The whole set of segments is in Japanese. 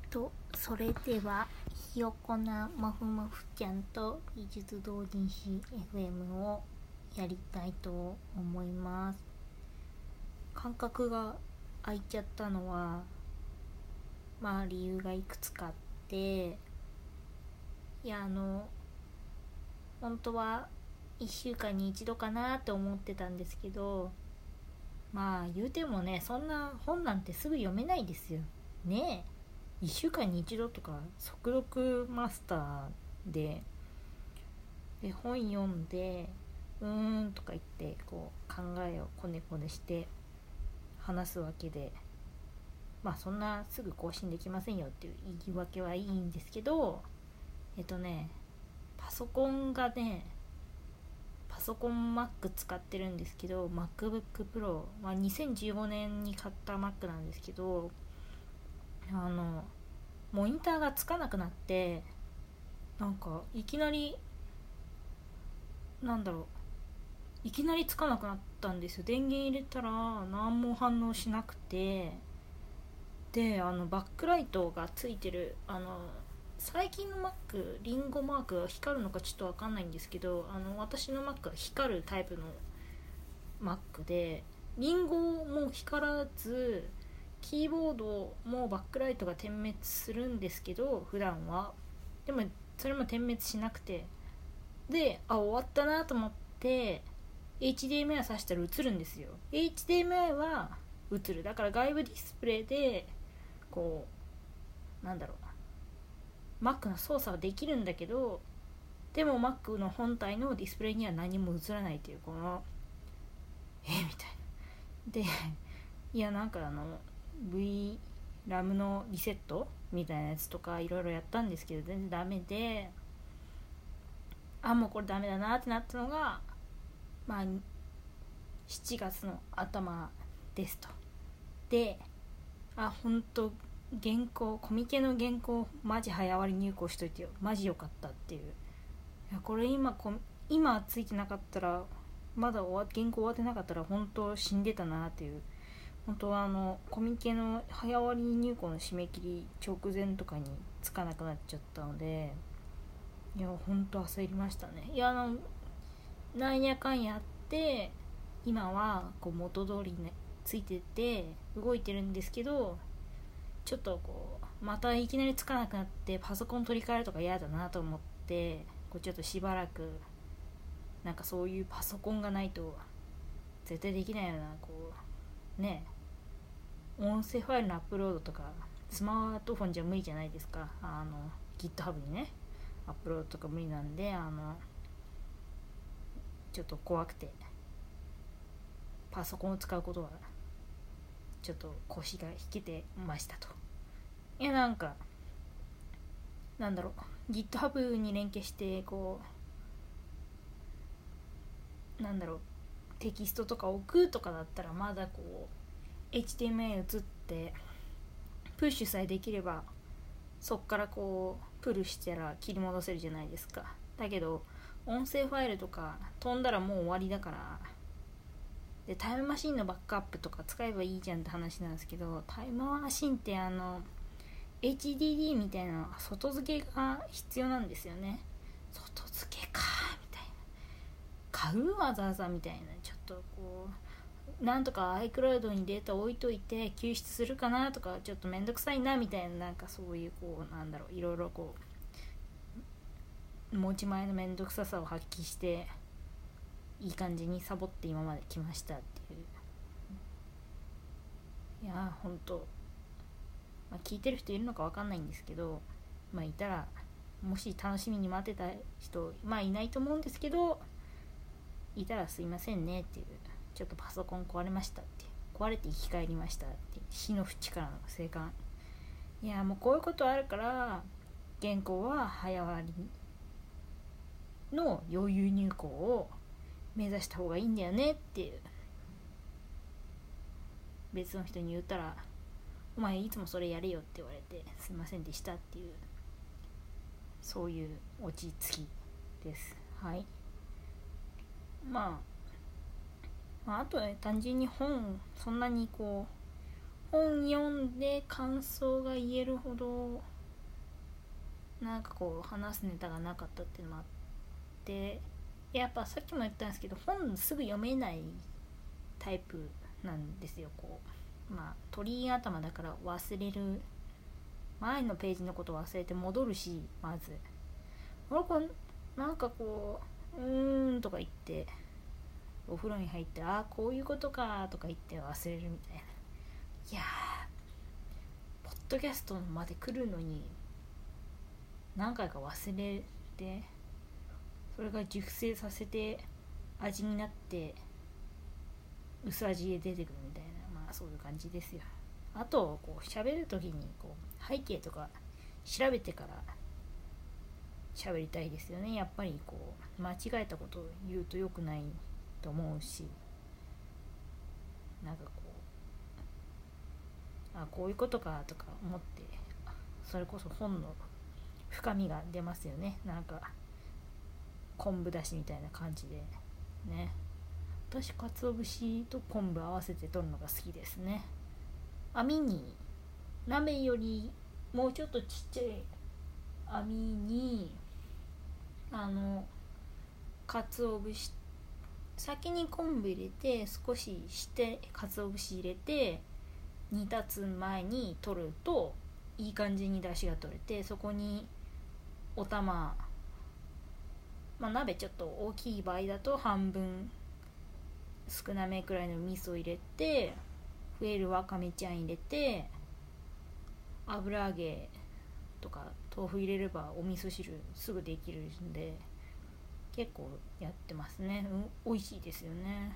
それではひよこなもふもふちゃんと技術同人誌 FM をやりたいと思います。間隔が空いちゃったのは理由がいくつかあって、本当は1週間に1度かなって思ってたんですけど、言うてもね、そんな本なんてすぐ読めないですよね。1週間に1度とか速読マスターで本読んでとか言ってこう考えをこねこねして話すわけで、そんなすぐ更新できませんよっていう言い訳はいいんですけど、パソコンがね、パソコン Mac 使ってるんですけど、 MacBook Pro、2015年に買った Mac なんですけど、モニターがつかなくなって、いきなりつかなくなったんですよ。電源入れたら何も反応しなくて、でバックライトがついてる最近の Mac リンゴマークが光るのかちょっと分かんないんですけど、私の Mac は光るタイプの Mac で、リンゴも光らずキーボードもバックライトが点滅するんですけど、普段はでもそれも点滅しなくて、で終わったなと思って HDMI 挿したら映るんですよ。 HDMI は映る。だから外部ディスプレイでこうMac の操作はできるんだけど、でも Mac の本体のディスプレイには何も映らないという、このみたいな。でV ラムのリセットみたいなやつとかいろいろやったんですけど全然ダメで、もうこれダメだなってなったのが7月の頭ですと。で本当コミケの原稿マジ早割り入稿しといてよ、マジ良かったっていう。これ今ついてなかったら、まだ原稿終わってなかったら本当死んでたなっていう。本当はコミケの早割り入稿の締め切り直前とかにつかなくなっちゃったので、本当焦りましたね。なんやかんやって今はこう元通りについてて動いてるんですけど、ちょっとまたいきなりつかなくなってパソコン取り替えるとか嫌だなと思って、ちょっとしばらくそういうパソコンがないと絶対できないような音声ファイルのアップロードとかスマートフォンじゃ無理じゃないですか。GitHub にねアップロードとか無理なんで、ちょっと怖くてパソコンを使うことはちょっと腰が引けてましたと。GitHub に連携してテキストとか置くとかだったらまだHTML 移ってプッシュさえできればそっからプルしたら切り戻せるじゃないですか。だけど音声ファイルとか飛んだらもう終わりだから、でタイムマシンのバックアップとか使えばいいじゃんって話なんですけど、タイムマシンってHDD みたいな外付けが必要なんですよね。外付けかみたいな、買うわざわざみたいな、ちょっとなんとか iCloud にデータ置いといて救出するかなとかちょっとめんどくさいなみたいな、そういういろいろ持ち前のめんどくささを発揮していい感じにサボって今まで来ましたっていう。本当聞いてる人いるのか分かんないんですけど、いたらもし楽しみに待ってた人いないと思うんですけど、いたらすいませんねっていう。ちょっとパソコン壊れましたっていう、壊れて生き返りましたっていう死の淵からの生還。もうこういうことあるから原稿は早割りの余裕入稿を目指した方がいいんだよねっていう。別の人に言ったらお前いつもそれやれよって言われてすいませんでしたっていう、そういう落ち着きです。はい。あとは単純に本そんなに本読んで感想が言えるほどなんかこう話すネタがなかったっていうのもあって、やっぱさっきも言ったんですけど、本すぐ読めないタイプなんですよ。こう鳥頭だから忘れる、前のページのこと忘れて戻るし、まず俺こうなんかこうとか言ってお風呂に入ってこういうことかとか言って忘れるみたいな。いやー、ポッドキャストまで来るのに何回か忘れて、それが熟成させて味になって薄味で出てくるみたいな、そういう感じですよ。あとこう喋る時にこう背景とか調べてから喋りたいですよね。やっぱりこう間違えたことを言うと良くないと思うし、なんかこうこういうことかとか思って、それこそ本の深みが出ますよね。なんか昆布だしみたいな感じでね。私鰹節と昆布合わせて取るのが好きですね。網に、鍋よりもうちょっとちっちゃい網に鰹節、先に昆布入れて少しして鰹節入れて煮立つ前に取るといい感じに出汁が取れて、そこにお玉、鍋ちょっと大きい場合だと半分少なめくらいの味噌入れて、増えるわかめちゃん入れて、油揚げとか豆腐入れればお味噌汁すぐできるんで結構やってますね。美味しいですよね。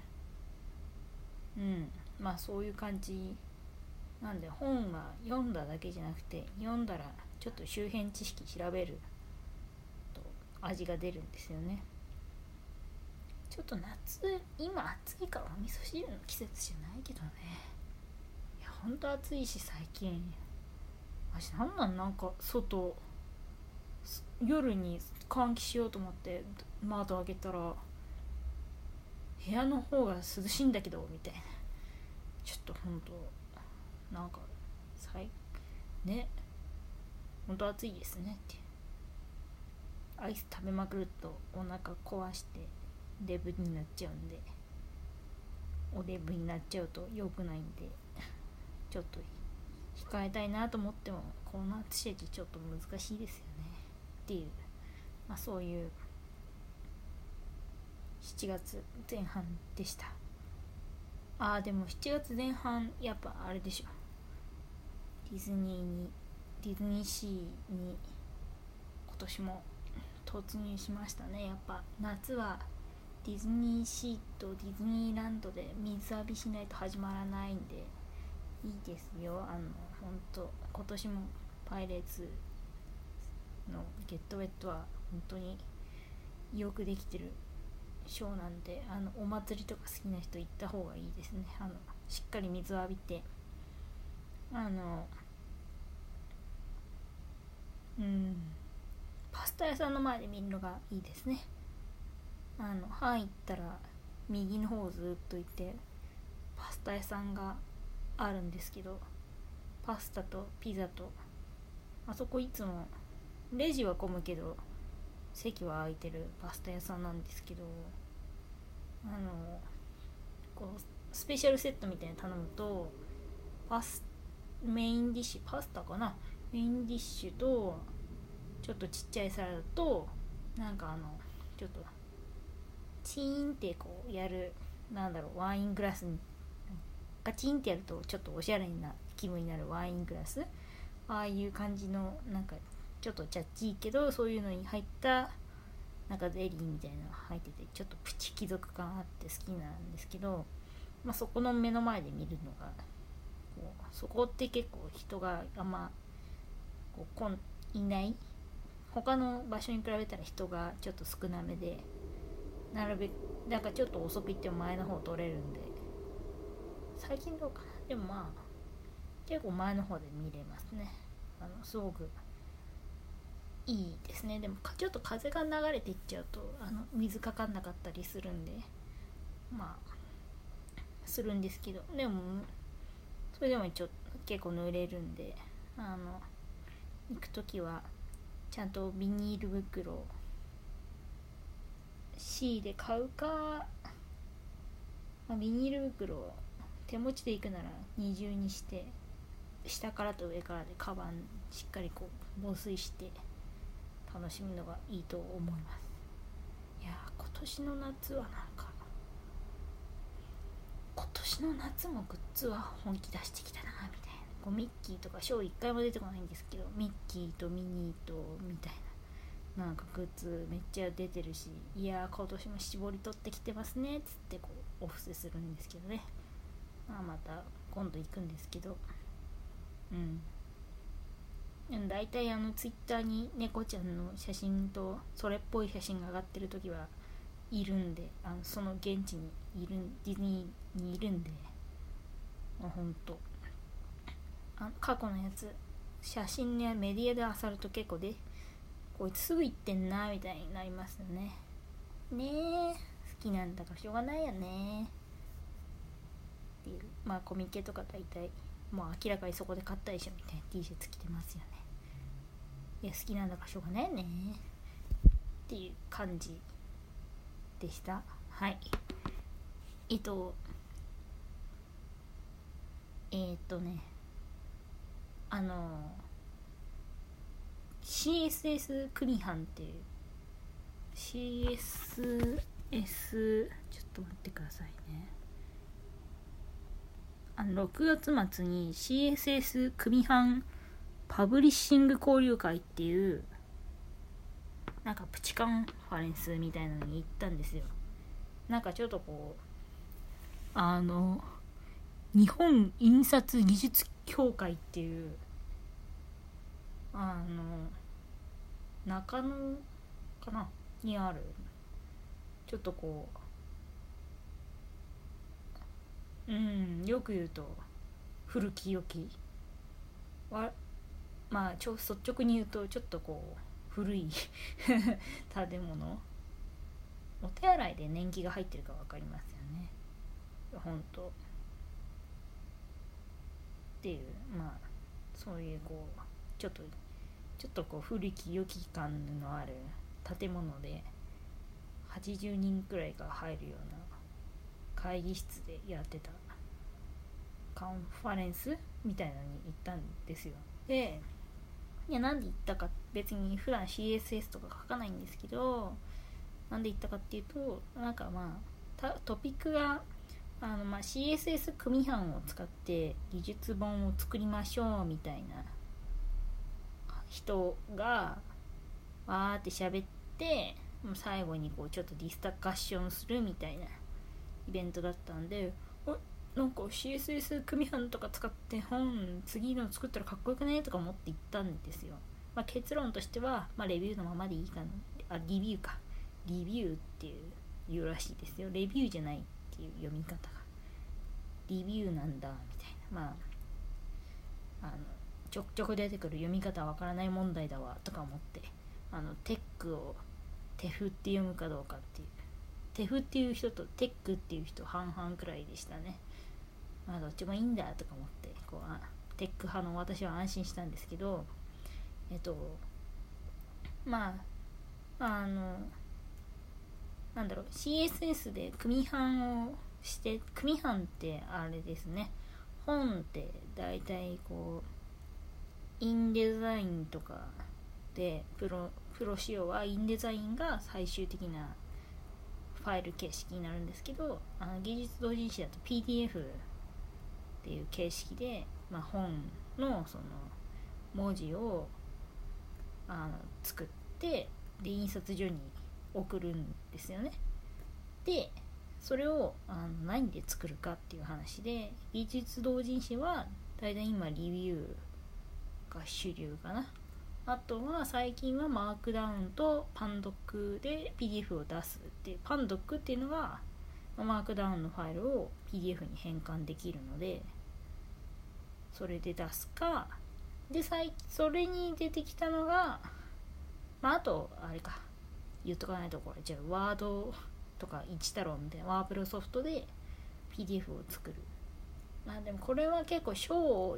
そういう感じなんで、本は読んだだけじゃなくて読んだらちょっと周辺知識調べると味が出るんですよね。ちょっと今暑いからお味噌汁の季節じゃないけどね。いやほんと暑いし最近。私なんか外夜に換気しようと思って窓開けたら部屋の方が涼しいんだけどみたいな。ちょっとほんとなんかほんと暑いですねって。アイス食べまくるとお腹壊してデブになっちゃうんで、おデブになっちゃうと良くないんで、ちょっと控えたいなと思ってもこの暑さじゃちょっと難しいですよねっていう、そういう7月前半でした。でも7月前半やっぱあれでしょ、ディズニーシーに今年も突入しましたね。やっぱ夏はディズニーシーとディズニーランドで水浴びしないと始まらないんでいいですよ。ほんと今年もパイレーツのゲットウェットは本当によくできてるショーなんで、お祭りとか好きな人行った方がいいですね。しっかり水を浴びてパスタ屋さんの前で見るのがいいですね。行ったら右の方をずっと行ってパスタ屋さんがあるんですけど、パスタとピザと、あそこいつもレジは混むけど席は空いてるパスタ屋さんなんですけど、こうスペシャルセットみたいに頼むとメインディッシュ、パスタかな、メインディッシュとちょっとちっちゃいサラダとなんかちょっとチーンってこうやるワイングラスにガチンってやるとちょっとおしゃれな気分になるワイングラス、ああいう感じのなんかちょっとチャッチーけどそういうのに入ったなんかゼリーみたいなのが入っててちょっとプチ貴族感あって好きなんですけど、そこの目の前で見るのがそこって結構人があんまいない、他の場所に比べたら人がちょっと少なめで、なるべくなんかちょっと遅く行っても前の方取れるんで、最近どうかな、でも結構前の方で見れますね。すごくいいですね。でもちょっと風が流れていっちゃうと水かかんなかったりするんでするんですけど、でもそれでも結構濡れるんで、行くときはちゃんとビニール袋 C で買うか、ビニール袋を手持ちで行くなら二重にして、下からと上からでカバンしっかりこう防水して楽しむのがいいと思います。いや今年の夏は今年の夏もグッズは本気出してきたなみたいな。こうミッキーとかショー1回も出てこないんですけど、ミッキーとミニーとみたいなグッズめっちゃ出てるし、いや今年も絞り取ってきてますねっつってこうお布施するんですけどね。また今度行くんですけど、だいたいツイッターに猫ちゃんの写真とそれっぽい写真が上がってる時はいるんで、その現地にいる、ディズニーにいるんで、ほんと過去のやつ写真ねメディアで漁ると結構でこいつすぐ行ってんなみたいになりますよね。好きなんだからしょうがないよねっていう。コミケとか大体もう明らかにそこで買ったでしょみたいな T シャツ着てますよね。いや好きなんだからしょうがないよねっていう感じでした。はい。CSS クニハンっていう CSS ちょっと待ってくださいね。6月末に CSS クミハンパブリッシング交流会っていうプチカンファレンスみたいなのに行ったんですよ。ちょっとこう日本印刷技術協会っていう中野かなにあるちょっとこうよく言うと古き良き率直に言うとちょっとこう古い建物、お手洗いで年季が入ってるか分かりますよね。本当っていう、そういうこうちょっとこう古き良き感のある建物で80人くらいが入るような会議室でやってたカンファレンスみたいなのに行ったんですよ。でなんで行ったか、別に普段 CSS とか書かないんですけど、なんで行ったかっていうとトピックがCSS 組版を使って技術本を作りましょうみたいな人がわーって喋って、最後にこうちょっとディスカッションするみたいなイベントだったんで、CSS 組版とか使って本次の作ったらかっこよくねとか思って行ったんですよ。結論としては、レビューのままでいいかな。リビューっていうらしいですよ。レビューじゃないっていう読み方がリビューなんだみたいな。ちょくちょく出てくる読み方わからない問題だわとか思って、テックをテフって読むかどうかっていう、テフっていう人とテックっていう人半々くらいでしたね。どっちもいいんだとか思ってテック派の私は安心したんですけど、CSS で組版をして、組版ってあれですね、本ってだいたいこうインデザインとかでプロ仕様はインデザインが最終的なファイル形式になるんですけど、技術同人誌だと PDF っていう形式で、本のその文字を作ってで印刷所に送るんですよね。でそれを何で作るかっていう話で、技術同人誌はだいたい今リビューが主流かな。あとは最近はマークダウンとパンドックで PDF を出すっていう、パンドックっていうのがマークダウンのファイルを PDF に変換できるので、それで出すかで、それに出てきたのがあとあれか言っとかないとこれじゃあワードとか一太郎みたいなワープロソフトで PDF を作る。でもこれは結構賞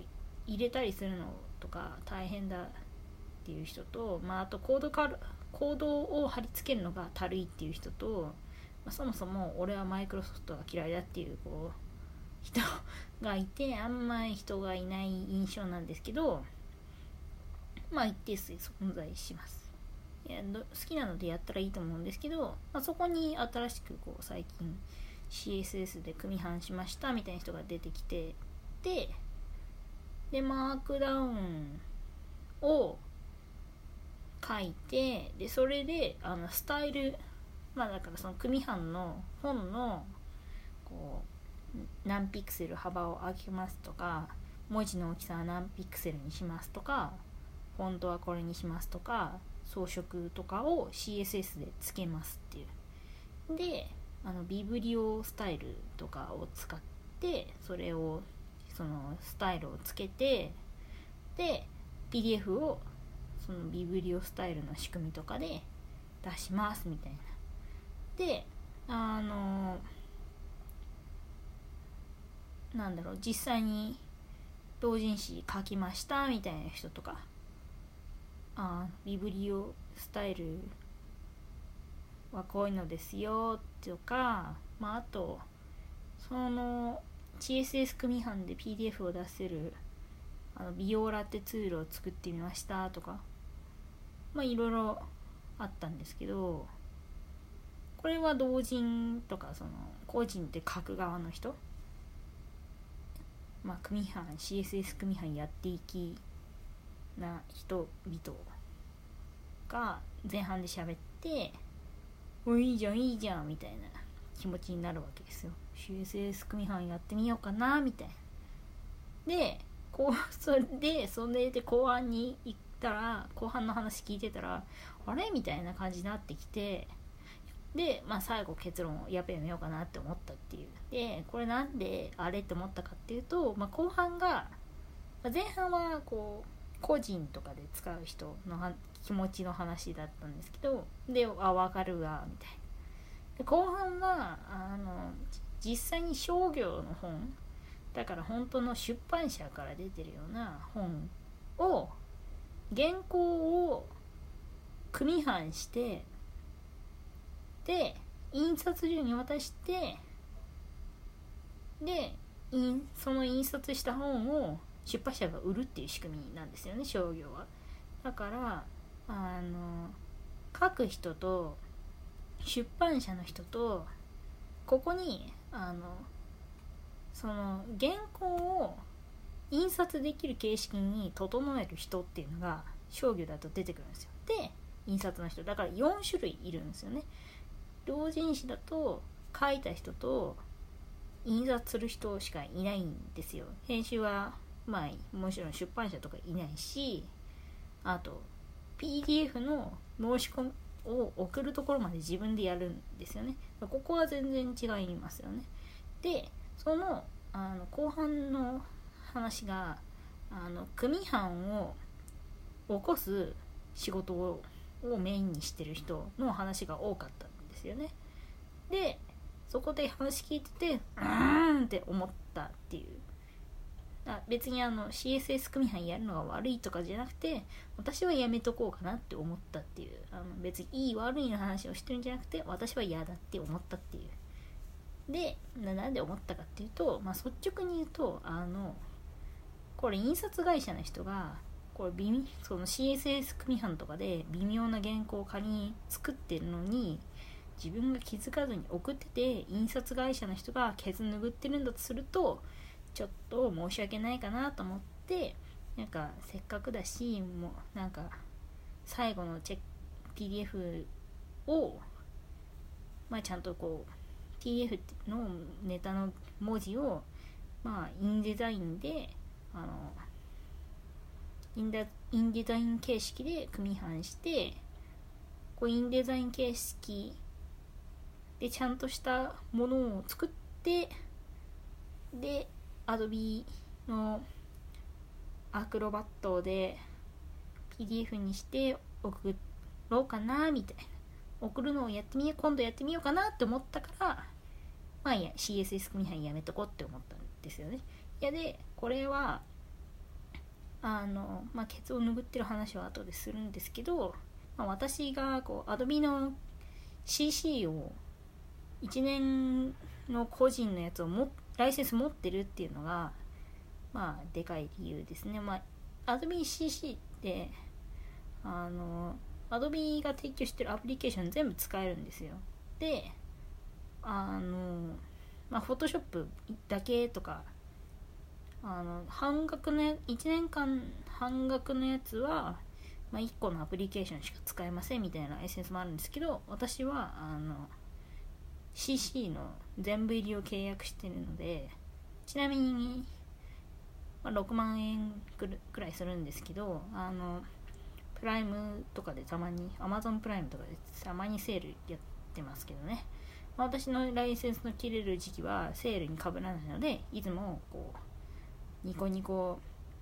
入れたりするのとか大変だっていう人と、あとコードを貼り付けるのがたるいっていう人と、そもそも俺はマイクロソフトが嫌いだっていう人がいて、あんまり人がいない印象なんですけど、一定数存在します。好きなのでやったらいいと思うんですけど、そこに新しく最近 CSS で組版しましたみたいな人が出てきて、でマークダウンを書いて、でそれでスタイル、だからその組版の本の何ピクセル幅を上げますとか、文字の大きさは何ピクセルにしますとか、フォントはこれにしますとか、装飾とかを CSS でつけますっていう。でビブリオスタイルとかを使って、それをそのスタイルをつけて、で PDF をそのビブリオスタイルの仕組みとかで出しますみたいな。で実際に同人誌書きましたみたいな人とか、ビブリオスタイルはこういうのですよとか、あとその CSS 組版で PDF を出せるビオラってツールを作ってみましたとか、いろいろあったんですけど、これは同人とかその個人で書く側の人、組版 CSS 組版やっていきな人々が前半で喋って、いいじゃんいいじゃんみたいな気持ちになるわけですよ。 CSS 組版やってみようかなみたいな。でそれで後半に行ったら、後半の話聞いてたらあれみたいな感じになってきて、で最後結論をやめようかなって思ったっていう。でこれなんであれって思ったかっていうと、後半が、前半は個人とかで使う人の気持ちの話だったんですけど、で分かるわみたいな。で後半は実際に商業の本だから、本当の出版社から出てるような本を原稿を組版して、で印刷所に渡して、でその印刷した本を出版社が売るっていう仕組みなんですよね、商業は。だから書く人と出版社の人と、ここにその原稿を印刷できる形式に整える人っていうのが商業だと出てくるんですよ。で印刷の人だから4種類いるんですよね。同人誌だと書いた人と印刷する人しかいないんですよ。編集はもちろん出版社とかいないし、あと PDF の申し込みを送るところまで自分でやるんですよね。ここは全然違いますよね。でその後半の話が組版を起こす仕事をメインにしてる人の話が多かったんですよね。でそこで話聞いててって思ったっていう。別にCSS 組版やるのが悪いとかじゃなくて、私はやめとこうかなって思ったっていう。別にいい悪いの話をしてるんじゃなくて、私は嫌だって思ったっていう。でなんで思ったかっていうと、率直に言うとこれ印刷会社の人がその CSS 組版とかで微妙な原稿を仮に作ってるのに、自分が気づかずに送ってて、印刷会社の人がケツ拭ってるんだとすると、ちょっと申し訳ないかなと思って、せっかくだし、もう最後のPDF をちゃんとPDF のネタの文字をインデザインでインデザイン形式で組版して、インデザイン形式でちゃんとしたものを作って、でAdobe のアクロバットで PDF にして送ろうかなみたいな、送るのを今度やってみようかなって思ったから、CSS 組版やめとこうって思ったんですよね。でこれはケツを拭ってる話は後でするんですけど、私がこう Adobe の CC を1年の個人のやつをライセンス持ってるっていうのがでかい理由ですね。Adobe CC ってAdobe が提供してるアプリケーション全部使えるんですよ。でPhotoshop だけとか半額の1年間半額のやつは、1個のアプリケーションしか使えませんみたいなライセンスもあるんですけど、私はCC の全部入りを契約してるので、ちなみに、6万円くらいするんですけど、プライムとかでたまに Amazon プライムとかでたまにセールやってますけどね、私のライセンスの切れる時期はセールに被らないので、いつもこうニコニコ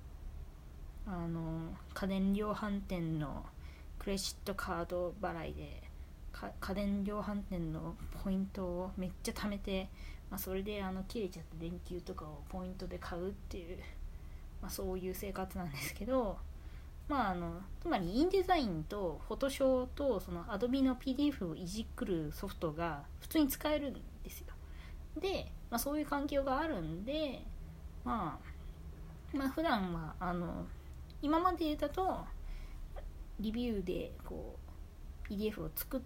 家電量販店のクレジットカード払いで家電量販店のポイントをめっちゃ貯めて、それで切れちゃった電球とかをポイントで買うっていう、そういう生活なんですけど、つまりインデザインとフォトショーとその Adobe の PDF をいじくるソフトが普通に使えるんですよ。で、そういう環境があるんで、普段は今までだとリビューでこう PDF を作って、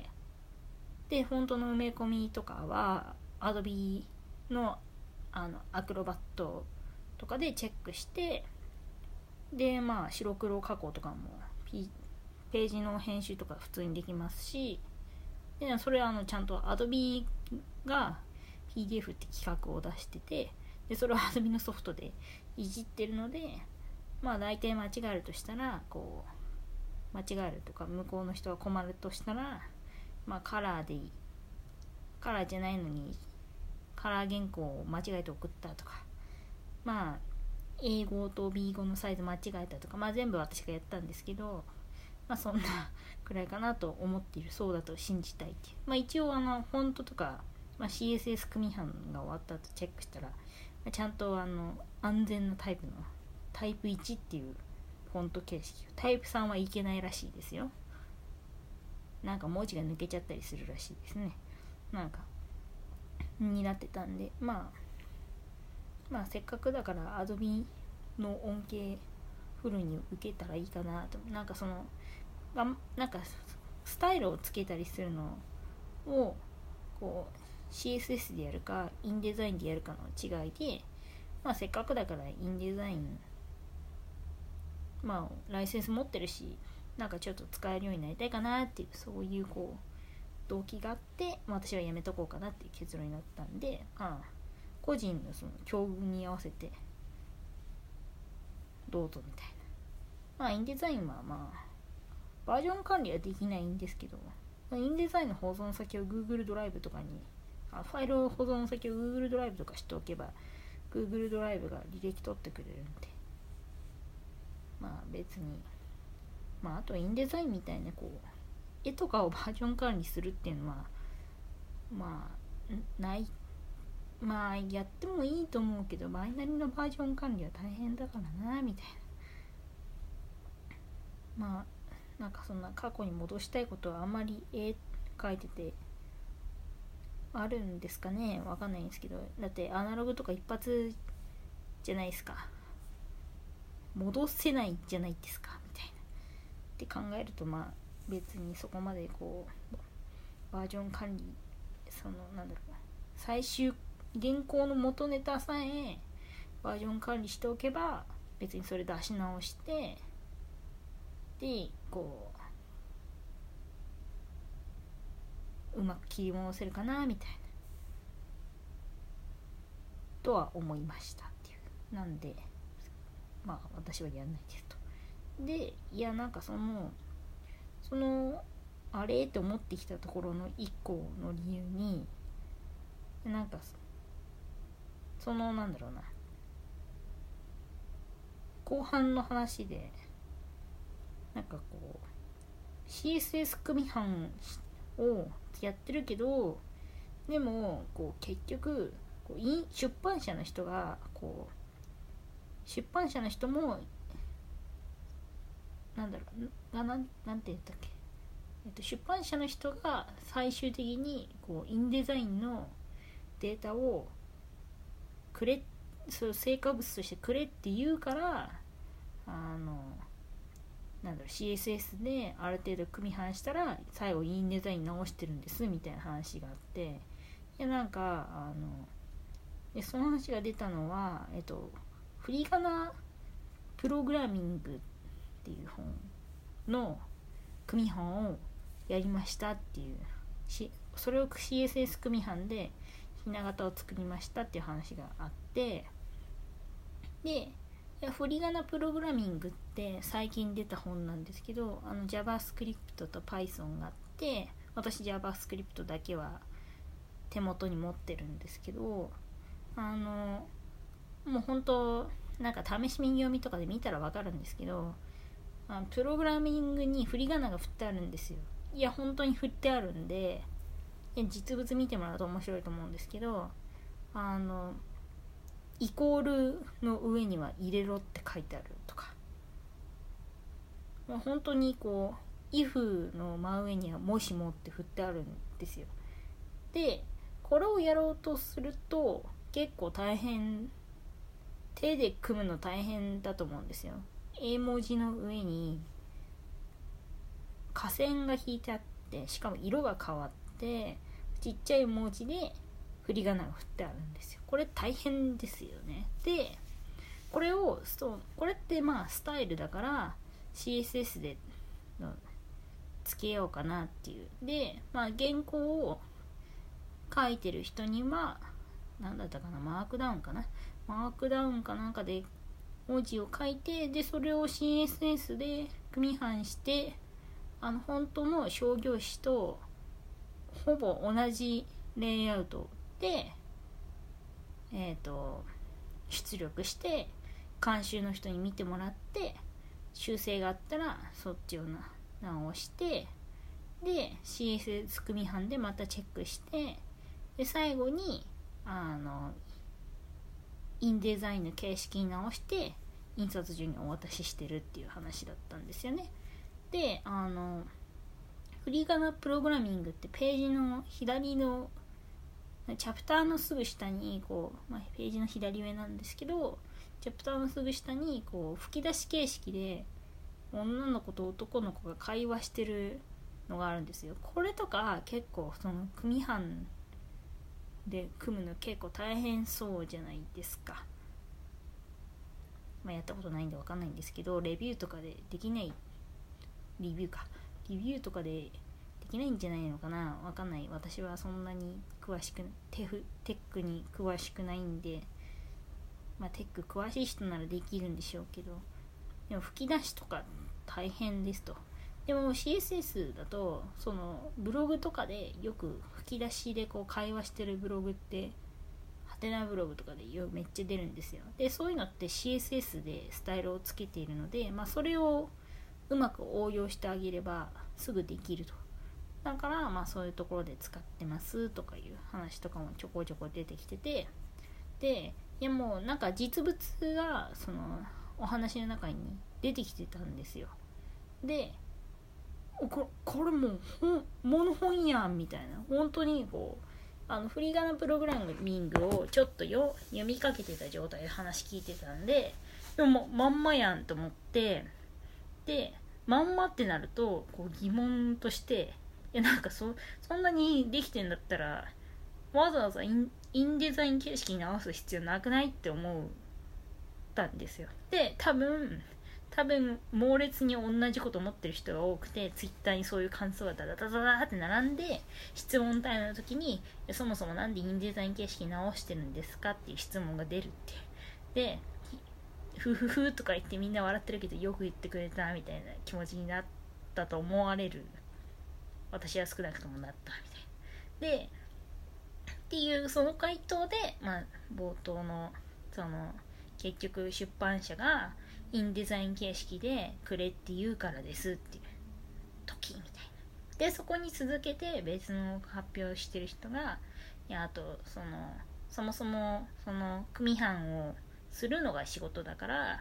でフォントの埋め込みとかは Adobe のアクロバットとかでチェックして、で白黒加工とかもページの編集とか普通にできますし、でそれはちゃんと Adobe が PDF って企画を出してて、でそれを Adobe のソフトでいじってるので、大体間違えるとしたらこう間違えるとか向こうの人が困るとしたら、カラーでいい、カラーじゃないのにカラー原稿を間違えて送ったとか、英語と B 語のサイズ間違えたとか、全部私がやったんですけど、そんなくらいかなと思っている。そうだと信じたいっていう。一応フォントとか、CSS 組版が終わった後チェックしたら、ちゃんと安全なタイプのタイプ1っていうフォント形式、タイプ3はいけないらしいですよ。なんか文字が抜けちゃったりするらしいですね。になってたんで、せっかくだから Adobe の恩恵フルに受けたらいいかなと。スタイルをつけたりするのをこう CSS でやるかインデザインでやるかの違いで、せっかくだからインデザインライセンス持ってるし、ちょっと使えるようになりたいかなっていう、そういうこう動機があって、私はやめとこうかなっていう結論になったんで、個人のその境遇に合わせてどうぞみたいな。インデザインはバージョン管理はできないんですけど、インデザインの保存先を Google ドライブとかに、ファイル保存先を Google ドライブとかしておけば Google ドライブが履歴取ってくれるんで、別にあとインデザインみたいなこう絵とかをバージョン管理するっていうのはないやってもいいと思うけど、バイナリのバージョン管理は大変だからなみたいな。そんな過去に戻したいことはあんまり絵描いててあるんですかね、わかんないんですけど、だってアナログとか一発じゃないですか、戻せないじゃないですかみたいなって考えると、別にそこまでこうバージョン管理、最終原稿の元ネタさえバージョン管理しておけば、別にそれ出し直してでこううまく切り戻せるかなみたいなとは思いましたっていう。なんで私はやんないですと。でそのあれって思ってきたところの一個の理由に、後半の話でCSS 組版をやってるけど、でも結局出版社の人もなんだろうなんて言ったっけ、出版社の人が最終的にこうインデザインのデータをくれ、そう成果物としてくれって言うから、なんだろう CSS である程度組み版したら最後インデザイン直してるんですみたいな話があって、いやなんかでその話が出たのは、振り仮名プログラミングっていう本の組版をやりましたっていうそれを CSS 組版でひな形を作りましたっていう話があって、でいや振り仮名プログラミングって最近出た本なんですけど、JavaScript と Python があって、私 JavaScript だけは手元に持ってるんですけど、もう本当なんか試し読みとかで見たら分かるんですけど、プログラミングに振り仮名が振ってあるんですよ。いや本当に振ってあるんで、実物見てもらうと面白いと思うんですけど、イコールの上には入れろって書いてあるとか、本当にこう if の真上にはもしもって振ってあるんですよ。でこれをやろうとすると結構大変、手で組むの大変だと思うんですよ。英文字の上に下線が引いてあって、しかも色が変わってちっちゃい文字で振り仮名が振ってあるんですよ。これ大変ですよね。でこれってまあスタイルだから CSS でつけようかなっていう。でまあ原稿を書いてる人には何だったかな、マークダウンかなんかで文字を書いて、でそれを CSS で組み版して、本当の商業誌とほぼ同じレイアウトで出力して監修の人に見てもらって、修正があったらそっちを直して、で CSS 組み版でまたチェックして、で最後にインデザインの形式に直して印刷所にお渡ししてるっていう話だったんですよね。で振り仮名プログラミングってページの左のチャプターのすぐ下にこう、ページの左上なんですけど、チャプターのすぐ下にこう吹き出し形式で女の子と男の子が会話してるのがあるんですよ。これとか結構その組版で組むの結構大変そうじゃないですか。やったことないんで分かんないんですけど、レビューとかでできない、リビューとかでできないんじゃないのかな、分かんない。私はそんなにテックに詳しくないんで、テック詳しい人ならできるんでしょうけど、でも吹き出しとか大変ですと。でも CSS だとそのブログとかでよく吹き出しでこう会話してるブログってハテナブログとかでめっちゃ出るんですよ。でそういうのって CSS でスタイルをつけているので、それをうまく応用してあげればすぐできると。だからそういうところで使ってますとかいう話とかもちょこちょこ出てきてて、でいやもうなんか実物がそのお話の中に出てきてたんですよ。でこれもうモノ本やんみたいな、本当にこう振り仮名プログラミングをちょっと読みかけてた状態で話聞いてたんで、でもまんまやんと思って、でまんまってなるとこう疑問として、いやなんかそんなにできてんだったらわざわざインデザイン形式に直す必要なくないって思ったんですよ。で多分猛烈に同じこと思ってる人が多くて、ツイッターにそういう感想がダダダダダって並んで、質問タイムの時にそもそもなんでインデザイン形式直してるんですかっていう質問が出るって。でふふふとか言ってみんな笑ってるけどよく言ってくれたみたいな気持ちになったと思われる。私は少なくともなったみたいな。でっていうその回答で、冒頭のその結局出版社がインデザイン形式でくれって言うからですっていう時みたいな。でそこに続けて別の発表してる人が、いやあとそもそもその組版をするのが仕事だから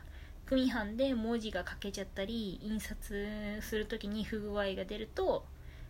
組版で文字が書けちゃったり印刷するときに不具合が出ると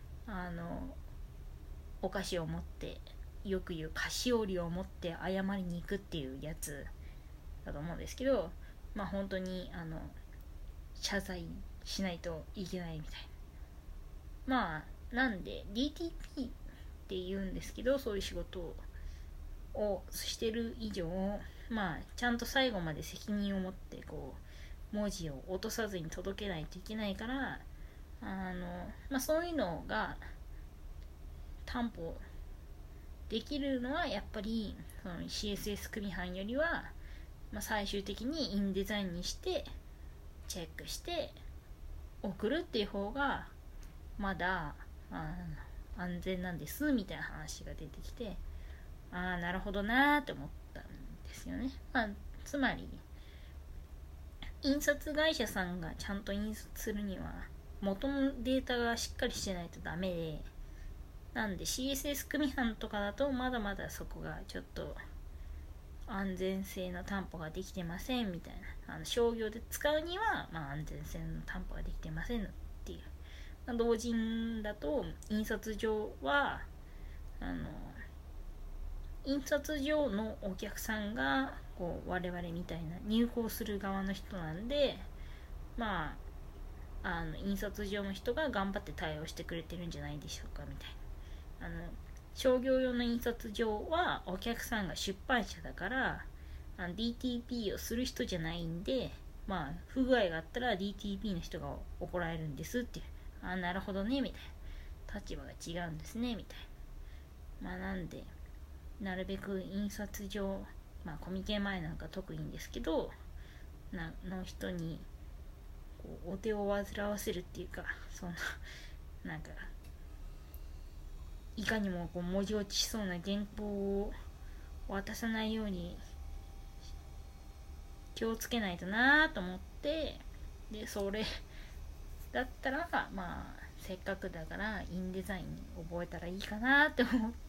お菓子を持ってよく言う菓子折りを持って謝りに行くっていうやつだと思うんですけど、まあ本当に謝罪しないといけないみたいな。まあなんで DTP って言うんですけど、そういう仕事をしてる以上、まあちゃんと最後まで責任を持ってこう文字を落とさずに届けないといけないから、まあそういうのが担保できるのはやっぱりその CSS 組版よりは、まあ、最終的にインデザインにしてチェックして送るっていう方がまだ安全なんですみたいな話が出てきて、なるほどなーって思ったんですよね。まあ、つまり印刷会社さんがちゃんと印刷するには元のデータがしっかりしてないとダメで、なんで CSS 組版とかだとまだまだそこがちょっと安全性の担保ができてませんみたいな、商業で使うには、まあ、安全性の担保ができてませんっていう、同人だと印刷上は印刷上のお客さんがこう我々みたいな入稿する側の人なんで、まあ印刷上の人が頑張って対応してくれてるんじゃないでしょうかみたいな。商業用の印刷上はお客さんが出版社だからDTP をする人じゃないんで、まあ不具合があったら DTP の人が怒られるんですっていう、なるほどねみたいな、立場が違うんですねみたいな。まあなんでなるべく印刷上、まあコミケ前なんか特にいいんですけどの人にこうお手を煩わせるっていうか、そのなんかいかにもこう文字落ちしそうな原稿を渡さないように気をつけないとなと思って、でそれだったらまあせっかくだからインデザイン覚えたらいいかなって思って、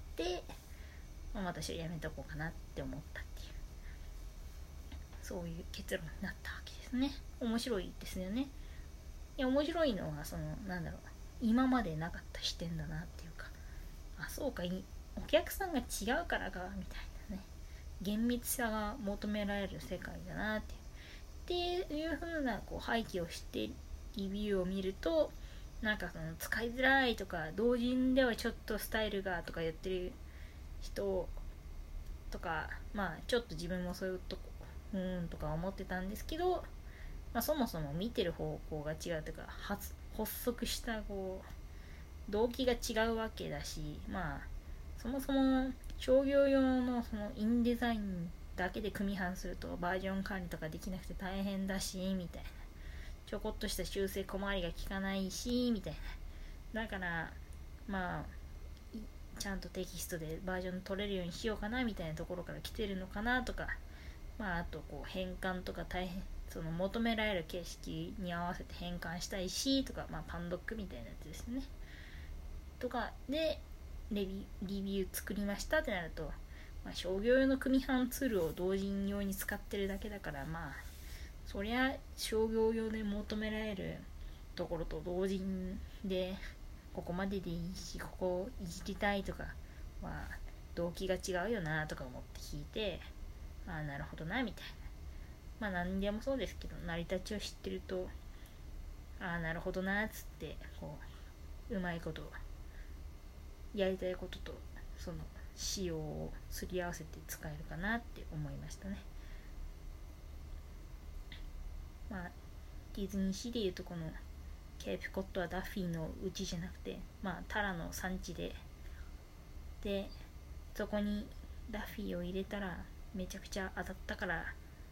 まあ、私はやめとこうかなって思ったっていう、そういう結論になったわけですね。面白いですよね。いや面白いのはそのなんだろう、今までなかった視点だなっていうか、そうかお客さんが違うからかみたいなね、厳密さが求められる世界だなっていう風なこう背景を知ってリビューを見ると、なんかその使いづらいとか同人ではちょっとスタイルがとか言ってる人とか、まあちょっと自分もそういうとことか思ってたんですけど、まあ、そもそも見てる方向が違うというか発足したこう動機が違うわけだし、まあそもそも商業用のそのインデザインだけで組版するとバージョン管理とかできなくて大変だしみたいな、ちょこっとした修正小回りが効かないしみたいな、だからまあちゃんとテキストでバージョン取れるようにしようかなみたいなところから来てるのかなとか、まああとこう変換とか大変その求められる形式に合わせて変換したいしとか、まあパンドックみたいなやつですねとかでリビュー作りましたってなると、まあ、商業用の組版ツールを同人用に使ってるだけだから、まあそりゃ商業用で求められるところと同人でここまででいいしここいじりたいとかは動機が違うよなとか思って聞いて、なるほどなみたいな、まあ何でもそうですけど成り立ちを知ってるとなるほどなっつってこううまいことやりたいこととその仕様をすり合わせて使えるかなって思いましたね。まあディズニーシーでいうとこのケープコットはダッフィーのうちじゃなくて、まあタラの産地でそこにダッフィーを入れたらめちゃくちゃ当たったから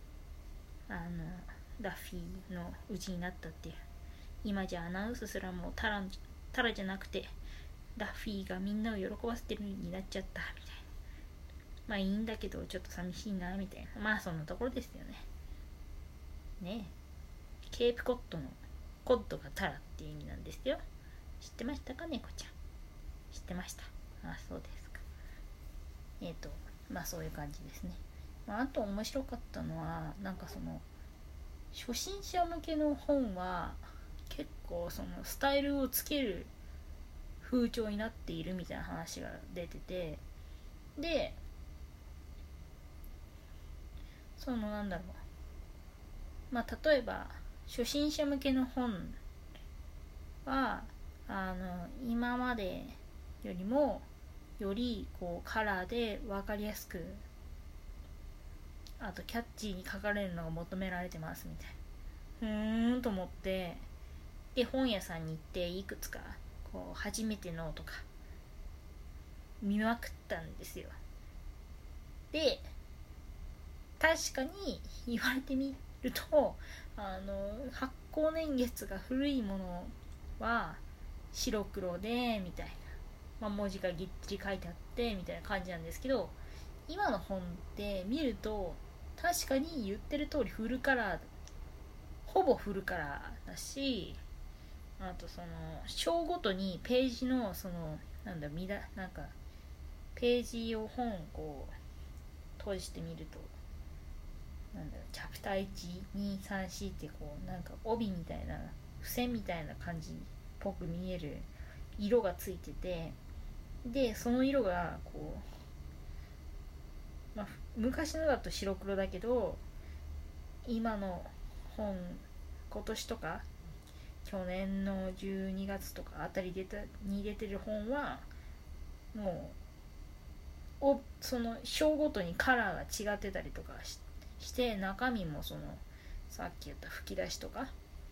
ダッフィーのうちになったっていう、今じゃアナウンスすらもうタラじゃなくてダッフィーがみんなを喜ばせてるになっちゃったみたいな、まあいいんだけどちょっと寂しいなみたいな、まあそんなところですよね。ねえ、ケープコットのコッドがタラっていう意味なんですよ。知ってましたか猫ちゃん。知ってました。そうですか。まあそういう感じですね。あと面白かったのはなんかその初心者向けの本は結構そのスタイルをつける風潮になっているみたいな話が出てて、でそのなんだろう、まあ例えば初心者向けの本は今までよりもよりこうカラーで分かりやすく、あとキャッチーに書かれるのが求められてますみたいな、と思って、で本屋さんに行っていくつかこう初めてのとか見まくったんですよ。で確かに言われてみると発行年月が古いものは白黒でみたいな、まあ、文字がぎっちり書いてあってみたいな感じなんですけど、今の本って見ると確かに言ってる通りフルカラー、ほぼフルカラーだし、あとその章ごとにページのそのなんかページを本こう閉じてみると、なんだろう、チャプター1234ってこうなんか帯みたいな付箋みたいな感じっぽく見える色がついてて、でその色がこう、まあ、昔のだと白黒だけど今の本、今年とか去年の12月とかあたりに出てる本はもうその章ごとにカラーが違ってたりとかして、中身もそのさっき言った吹き出しとか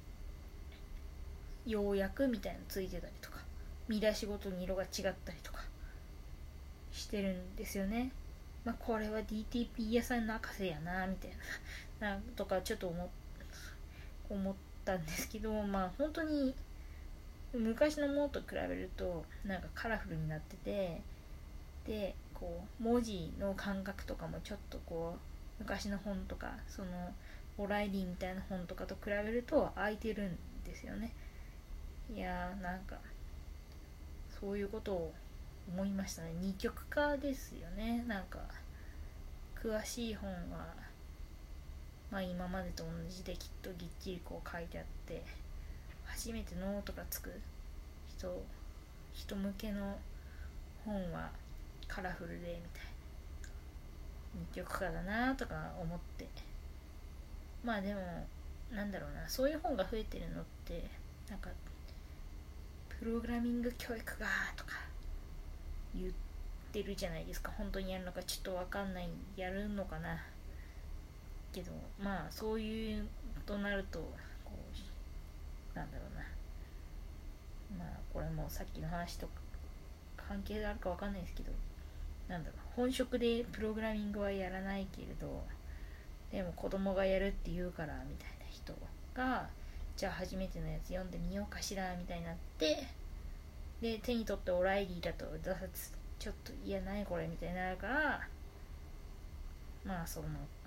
要約みたいなのついてたりとか、見出しごとに色が違ったりとかしてるんですよね。まあこれは DTP 屋さん泣かせやなみたいなとかちょっと思ったんですけど、まあ本当に昔のものと比べるとなんかカラフルになってて、でこう文字の感覚とかもちょっとこう昔の本とかそのオライリーみたいな本とかと比べると空いてるんですよね。いやーなんかそういうことを思いましたね。二極化ですよね。なんか詳しい本はまあ今までと同じできっとぎっちりこう書いてあって、初めてノートがつく人向けの本はカラフルでみたいな、二極化だなとか思って、まあでもなんだろうな、そういう本が増えてるのってなんかプログラミング教育がとか言ってるじゃないですか。本当にやるのかちょっと分かんない、やるのかなけど、まあそういうとなるとこうなんだろうな、まあこれもさっきの話と関係があるか分かんないですけど、なんだろう、本職でプログラミングはやらないけれどでも子供がやるって言うからみたいな人が、じゃあ初めてのやつ読んでみようかしらみたいになって、で手に取ってオライリーだとちょっと嫌ないこれみたいになるから、まあ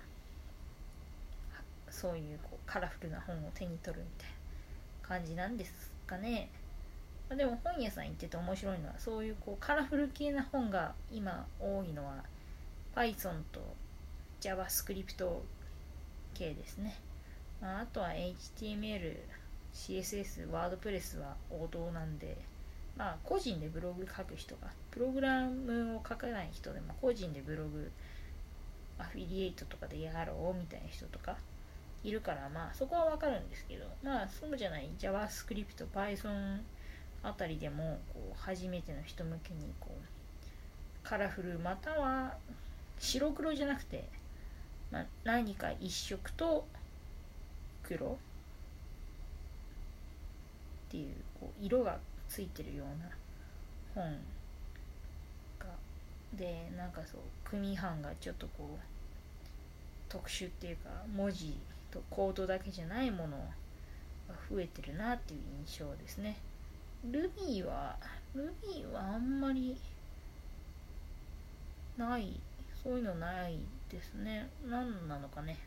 そういうこうカラフルな本を手に取るみたいな感じなんですかね。でも本屋さん行ってて面白いのは、そういうこうカラフル系な本が今多いのは Python と JavaScript 系ですね。あとは HTML、CSS、WordPress は王道なんで、まあ個人でブログ書く人が、プログラムを書かない人でも個人でブログアフィリエイトとかでやろうみたいな人とかいるから、まあそこはわかるんですけど、まあそうじゃない JavaScript、Python あたりでもこう初めての人向けにこうカラフルまたは白黒じゃなくて、まあ、何か一色と黒っていう、こう色がついてるような本がで、なんかそう組版がちょっとこう特殊っていうか文字とコードだけじゃないものが増えてるなっていう印象ですね。Ruby はあんまりない、そういうのないですね。何なのかね。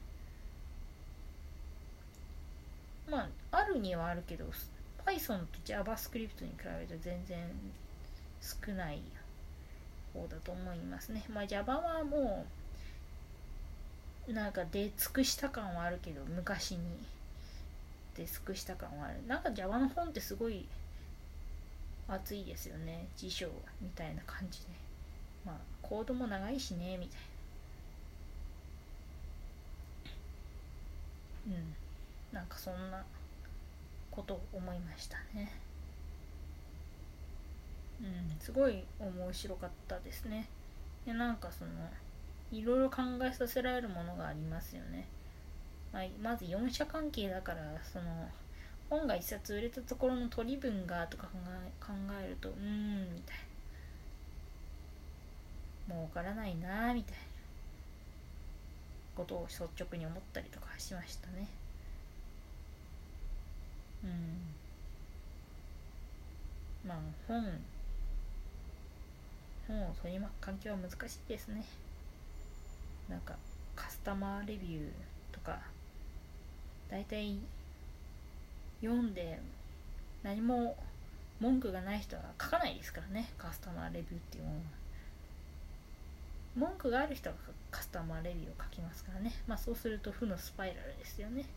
まああるにはあるけど Python と JavaScript に比べると全然少ない方だと思いますね。まあ Java はもうなんか出尽くした感はあるけど、昔にデスクした感はある。なんか Java の本ってすごい熱いですよね。辞書みたいな感じで、まあコードも長いしねみたいな、なんかそんなことを思いましたね。すごい面白かったですね。でなんかそのいろいろ考えさせられるものがありますよね。まず4者関係だから、その本が一冊売れたところの取り分がとか考えるとみたいな、儲からないなみたいなことを率直に思ったりとかしましたね。まあ本を取り巻く環境は難しいですね。なんかカスタマーレビューとかだいたい読んで何も文句がない人は書かないですからね。カスタマーレビューっていうものは、文句がある人はカスタマーレビューを書きますからね。まあそうすると負のスパイラルですよね。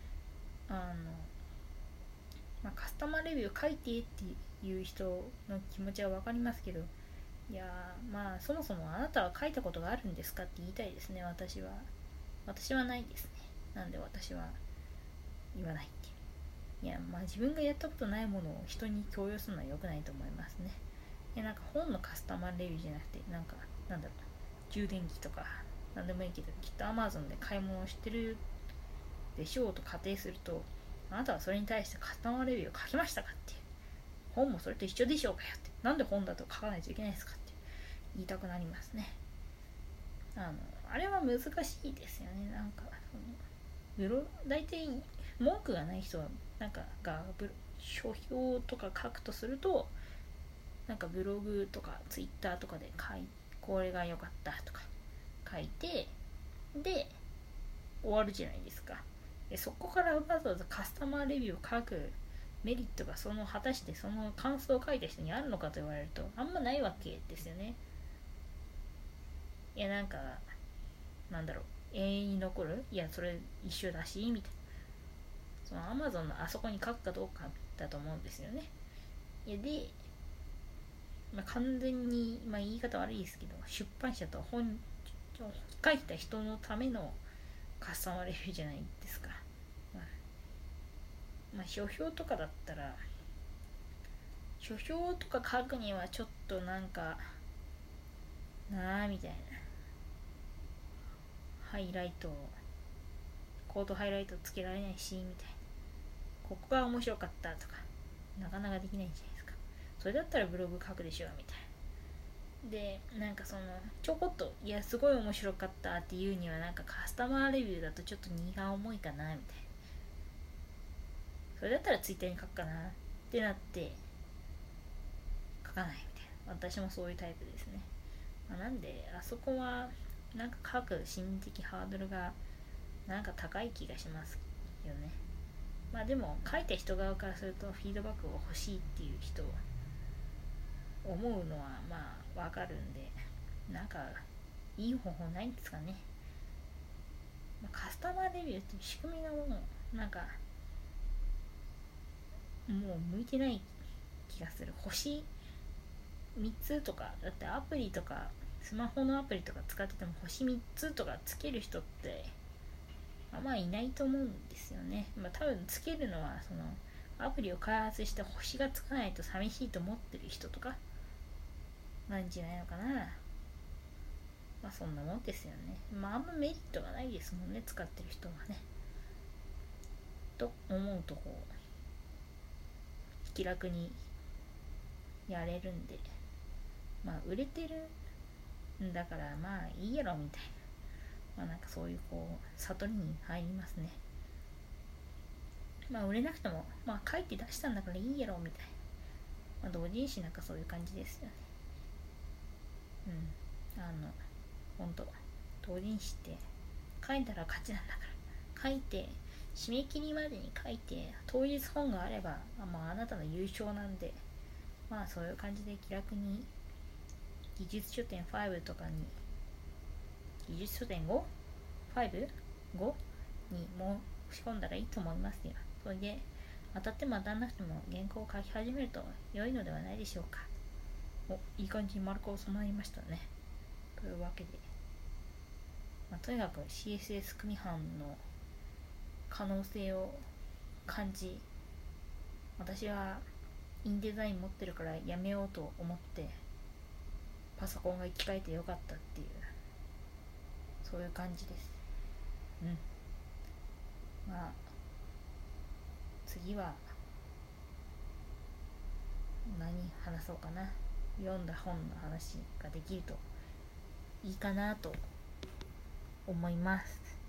カスタマーレビュー書いてっていう人の気持ちは分かりますけど、いやまあそもそもあなたは書いたことがあるんですかって言いたいですね。私はないですね。なんで私は言わないっていう。いやまあ自分がやったことないものを人に強要するのは良くないと思いますね。なんか本のカスタマーレビューじゃなくて、なんだろう、充電器とかなんでもいいけど、きっと Amazon で買い物をしてるでしょうと仮定すると、あなたはそれに対してカスタマーレビューを書きましたかっていう。本もそれと一緒でしょうかよって。なんで本だと書かないといけないですかって言いたくなりますね。あれは難しいですよね。なんか大体文句がない人はなんか書評とか書くとすると、なんかブログとかツイッターとかでこれが良かったとか書いて、で終わるじゃないですか。でそこからわざわざカスタマーレビューを書くメリットが果たしてその感想を書いた人にあるのかと言われるとあんまないわけですよね。なんかなんだろう、永遠に残る、それ一緒だしみたいな、その Amazon のあそこに書くかどうかだと思うんですよね。で、完全に、言い方悪いですけど、出版社と書いた人のためのカスタマーレビューじゃないですか。書評とかだったら、書評とか書くにはちょっとなんかなあみたいな、コードハイライトつけられないしみたいな、ここが面白かったとかなかなかできないじゃないですか。それだったらブログ書くでしょみたいな。でなんかそのちょこっとすごい面白かったっていうには、なんかカスタマーレビューだとちょっと荷が重いかなみたいな、それだったらツイッターに書くかなってなって書かないみたいな。私もそういうタイプですね。なんであそこはなんか書く心理的ハードルがなんか高い気がしますよね。でも書いた人側からするとフィードバックを欲しいっていう人思うのはわかるんで、なんかいい方法ないんですかね。カスタマーレビューっていう仕組みがもうなんかもう向いてない気がする。星3つとかだって、アプリとかスマホのアプリとか使ってても星3つとかつける人っていないと思うんですよね。多分つけるのはそのアプリを開発して星がつかないと寂しいと思ってる人とかなんじゃないのかな。そんなもんですよね。あんまメリットがないですもんね、使ってる人はね。と思うと気楽にやれるんで、売れてるんだからいいやろみたいな、なんかそういう悟りに入りますね。売れなくても書いて出したんだからいいやろみたいな、同人誌なんかそういう感じですよね。ほんと同人誌って書いたら勝ちなんだから、書いて締め切りまでに書いて当日本があればあなたの優勝なんで、そういう感じで気楽に技術書店5とかに、技術書店 5?5?5? に申し込んだらいいと思いますよ。 それで当たっても当たらなくても原稿を書き始めると良いのではないでしょうか。いい感じに丸く収まりましたね。というわけで、とにかく CSS 組版の可能性を感じ、私はインデザイン持ってるからやめようと思ってパソコンが生き返ってよかったっていう、そういう感じです。次は何話そうかな。読んだ本の話ができるといいかなと思います。